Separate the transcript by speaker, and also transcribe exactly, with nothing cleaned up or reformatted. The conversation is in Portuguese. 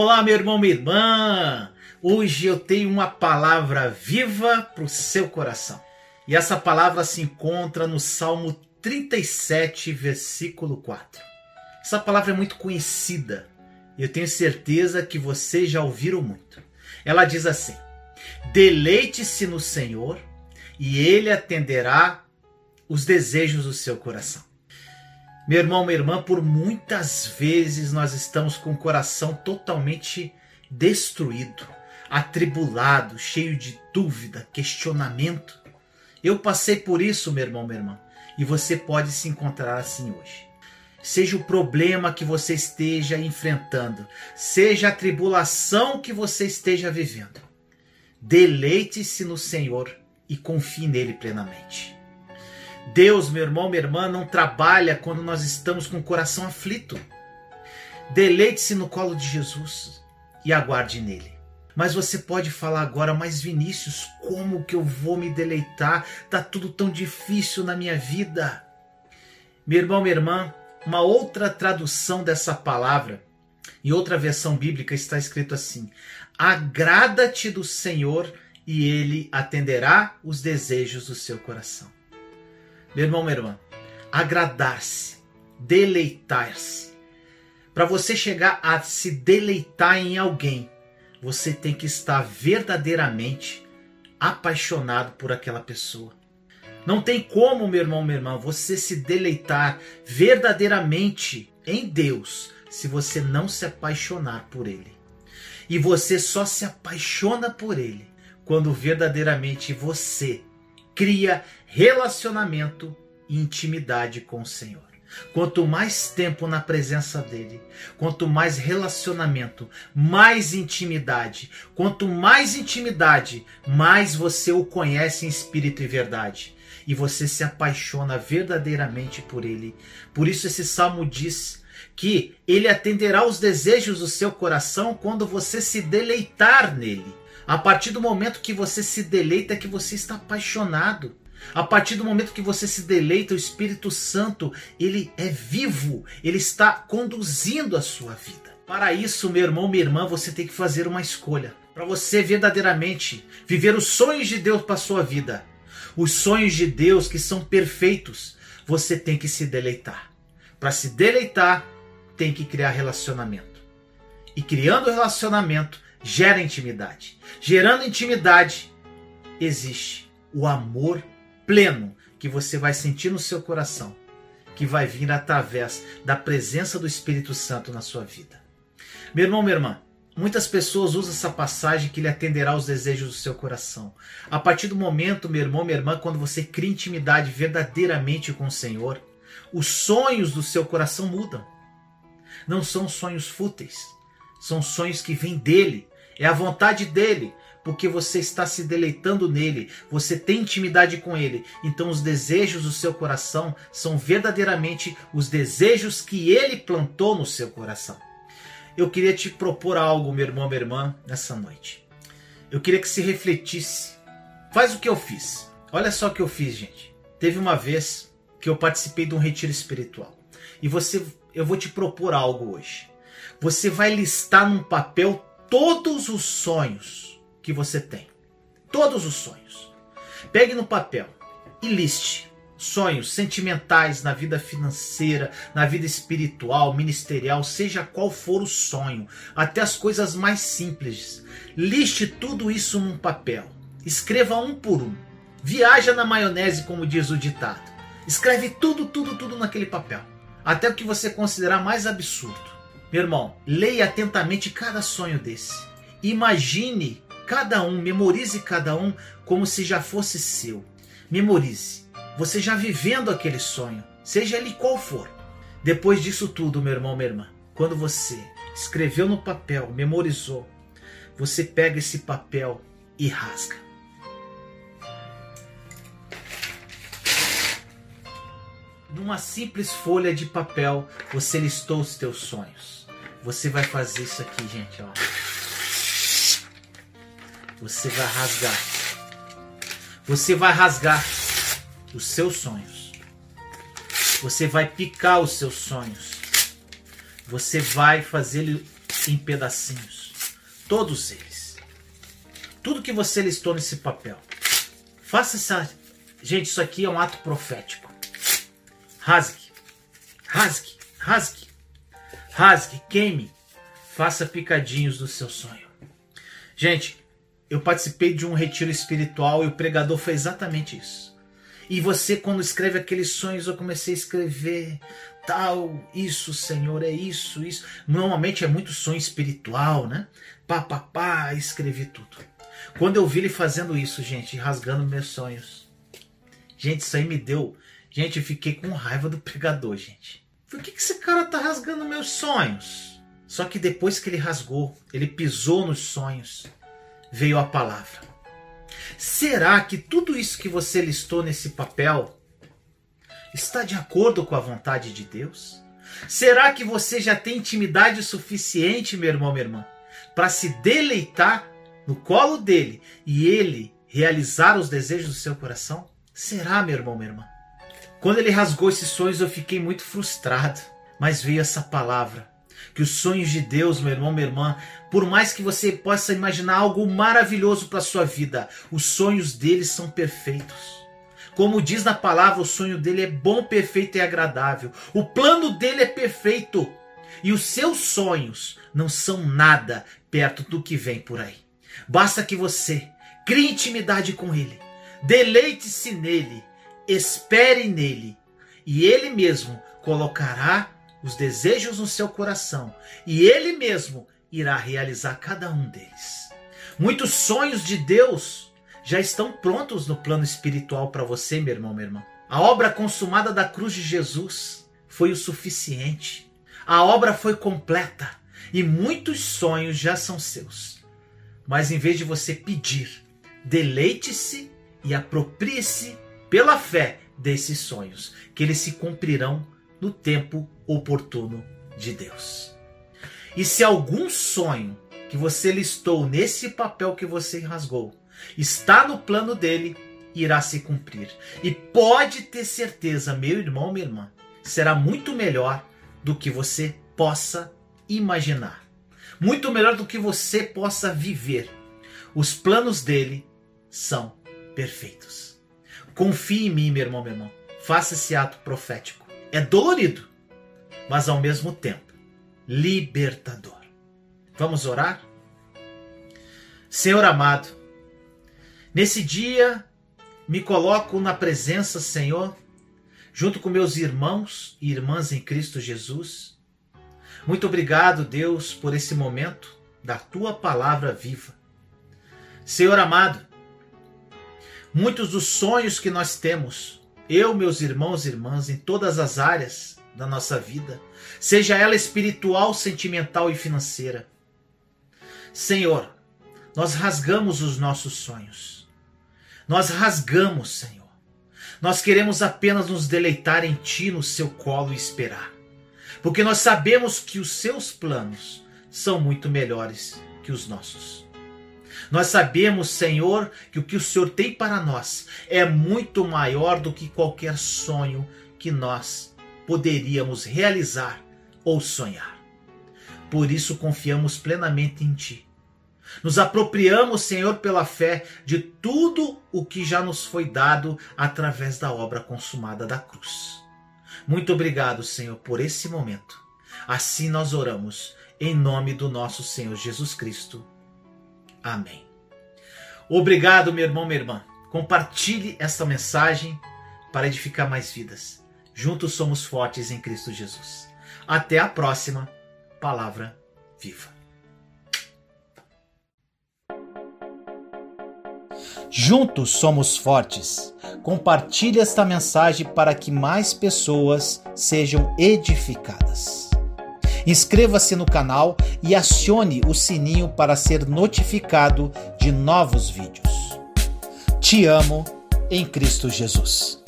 Speaker 1: Olá, meu irmão, minha irmã! Hoje eu tenho uma palavra viva para o seu coração. E essa palavra se encontra no Salmo trinta e sete, versículo quatro. Essa palavra é muito conhecida. Eu tenho certeza que vocês já ouviram muito. Ela diz assim: deleite-se no Senhor e Ele atenderá os desejos do seu coração. Meu irmão, minha irmã, por muitas vezes nós estamos com o coração totalmente destruído, atribulado, cheio de dúvida, questionamento. Eu passei por isso, meu irmão, minha irmã, e você pode se encontrar assim hoje. Seja o problema que você esteja enfrentando, seja a tribulação que você esteja vivendo, deleite-se no Senhor e confie nele plenamente. Deus, meu irmão, minha irmã, não trabalha quando nós estamos com o coração aflito. Deleite-se no colo de Jesus e aguarde nele. Mas você pode falar agora: mas Vinícius, como que eu vou me deleitar? Tá tudo tão difícil na minha vida. Meu irmão, minha irmã, uma outra tradução dessa palavra, em outra versão bíblica, está escrito assim: agrada-te do Senhor e Ele atenderá os desejos do seu coração. Meu irmão, minha irmã, agradar-se, deleitar-se. Para você chegar a se deleitar em alguém, você tem que estar verdadeiramente apaixonado por aquela pessoa. Não tem como, meu irmão, minha irmã, você se deleitar verdadeiramente em Deus se você não se apaixonar por Ele. E você só se apaixona por Ele quando verdadeiramente você cria relacionamento e intimidade com o Senhor. Quanto mais tempo na presença dele, quanto mais relacionamento, mais intimidade. Quanto mais intimidade, mais você o conhece em espírito e verdade. E você se apaixona verdadeiramente por ele. Por isso esse salmo diz que ele atenderá os desejos do seu coração quando você se deleitar nele. A partir do momento que você se deleita é que você está apaixonado. A partir do momento que você se deleita, o Espírito Santo, ele é vivo, ele está conduzindo a sua vida. Para isso, meu irmão, minha irmã, você tem que fazer uma escolha. Para você verdadeiramente viver os sonhos de Deus para a sua vida, os sonhos de Deus que são perfeitos, você tem que se deleitar. Para se deleitar, tem que criar relacionamento. E criando relacionamento, gera intimidade. Gerando intimidade, existe o amor pleno que você vai sentir no seu coração, que vai vir através da presença do Espírito Santo na sua vida. Meu irmão, minha irmã, muitas pessoas usam essa passagem que ele atenderá aos desejos do seu coração. A partir do momento, meu irmão, minha irmã, quando você cria intimidade verdadeiramente com o Senhor, os sonhos do seu coração mudam. Não são sonhos fúteis, são sonhos que vêm dele, é a vontade dele. Porque você está se deleitando nele, você tem intimidade com ele. Então os desejos do seu coração são verdadeiramente os desejos que ele plantou no seu coração. Eu queria te propor algo, meu irmão, minha irmã, nessa noite. Eu queria que se refletisse. Faz o que eu fiz. Olha só o que eu fiz, gente. Teve uma vez que eu participei de um retiro espiritual. E você, eu vou te propor algo hoje. Você vai listar num papel todos os sonhos que você tem. Todos os sonhos. Pegue no papel e liste sonhos sentimentais na vida financeira, na vida espiritual, ministerial, seja qual for o sonho, até as coisas mais simples. Liste tudo isso num papel. Escreva um por um. Viaja na maionese, como diz o ditado. Escreve tudo, tudo, tudo naquele papel. Até o que você considerar mais absurdo. Meu irmão, leia atentamente cada sonho desse. Imagine cada um, memorize cada um como se já fosse seu. Memorize. Você já vivendo aquele sonho, seja ele qual for. Depois disso tudo, meu irmão, minha irmã, quando você escreveu no papel, memorizou, você pega esse papel e rasga. Numa simples folha de papel, você listou os teus sonhos. Você vai fazer isso aqui, gente, ó. Você vai rasgar. Você vai rasgar os seus sonhos. Você vai picar os seus sonhos. Você vai fazer ele em pedacinhos. Todos eles. Tudo que você listou nesse papel. Faça essa... Gente, isso aqui é um ato profético. Rasgue. Rasgue. Rasgue. Rasgue. Queime. Faça picadinhos do seu sonho. Gente, eu participei de um retiro espiritual e o pregador fez exatamente isso. E você, quando escreve aqueles sonhos, eu comecei a escrever tal, isso, Senhor, é isso, isso. Normalmente é muito sonho espiritual, né? Pá, pá, pá, escrevi tudo. Quando eu vi ele fazendo isso, gente, rasgando meus sonhos. Gente, isso aí me deu... Gente, eu fiquei com raiva do pregador, gente. Por que que esse cara tá rasgando meus sonhos? Só que depois que ele rasgou, ele pisou nos sonhos, veio a palavra. Será que tudo isso que você listou nesse papel está de acordo com a vontade de Deus? Será que você já tem intimidade suficiente, meu irmão, minha irmã, para se deleitar no colo dele e ele realizar os desejos do seu coração? Será, meu irmão, minha irmã? Quando ele rasgou esses sonhos, eu fiquei muito frustrado, mas veio essa palavra. Que os sonhos de Deus, meu irmão, minha irmã, por mais que você possa imaginar algo maravilhoso para a sua vida, os sonhos dele são perfeitos. Como diz na palavra, o sonho dele é bom, perfeito e agradável. O plano dele é perfeito. E os seus sonhos não são nada perto do que vem por aí. Basta que você crie intimidade com ele, deleite-se nele, espere nele, e ele mesmo colocará os desejos no seu coração, e ele mesmo irá realizar cada um deles. Muitos sonhos de Deus já estão prontos no plano espiritual para você, meu irmão, minha irmã. A obra consumada da cruz de Jesus foi o suficiente. A obra foi completa e muitos sonhos já são seus. Mas em vez de você pedir, deleite-se e aproprie-se pela fé desses sonhos, que eles se cumprirão no tempo oportuno de Deus. E se algum sonho que você listou nesse papel que você rasgou está no plano dele, irá se cumprir. E pode ter certeza, meu irmão, minha irmã, será muito melhor do que você possa imaginar. Muito melhor do que você possa viver. Os planos dele são perfeitos. Confie em mim, meu irmão, meu irmão. Faça esse ato profético. É dolorido, mas ao mesmo tempo libertador. Vamos orar? Senhor amado, nesse dia me coloco na presença, Senhor, junto com meus irmãos e irmãs em Cristo Jesus. Muito obrigado, Deus, por esse momento da tua palavra viva. Senhor amado, muitos dos sonhos que nós temos, eu, meus irmãos e irmãs, em todas as áreas da nossa vida, seja ela espiritual, sentimental e financeira. Senhor, nós rasgamos os nossos sonhos. Nós rasgamos, Senhor. Nós queremos apenas nos deleitar em Ti, no Seu colo e esperar. Porque nós sabemos que os Seus planos são muito melhores que os nossos. Nós sabemos, Senhor, que o que o Senhor tem para nós é muito maior do que qualquer sonho que nós poderíamos realizar ou sonhar. Por isso confiamos plenamente em Ti. Nos apropriamos, Senhor, pela fé de tudo o que já nos foi dado através da obra consumada da cruz. Muito obrigado, Senhor, por esse momento. Assim nós oramos, em nome do nosso Senhor Jesus Cristo. Amém. Obrigado, meu irmão, minha irmã. Compartilhe esta mensagem para edificar mais vidas. Juntos somos fortes em Cristo Jesus. Até a próxima Palavra Viva. Juntos somos fortes. Compartilhe esta mensagem para que mais pessoas sejam edificadas. Inscreva-se no canal e acione o sininho para ser notificado de novos vídeos. Te amo em Cristo Jesus.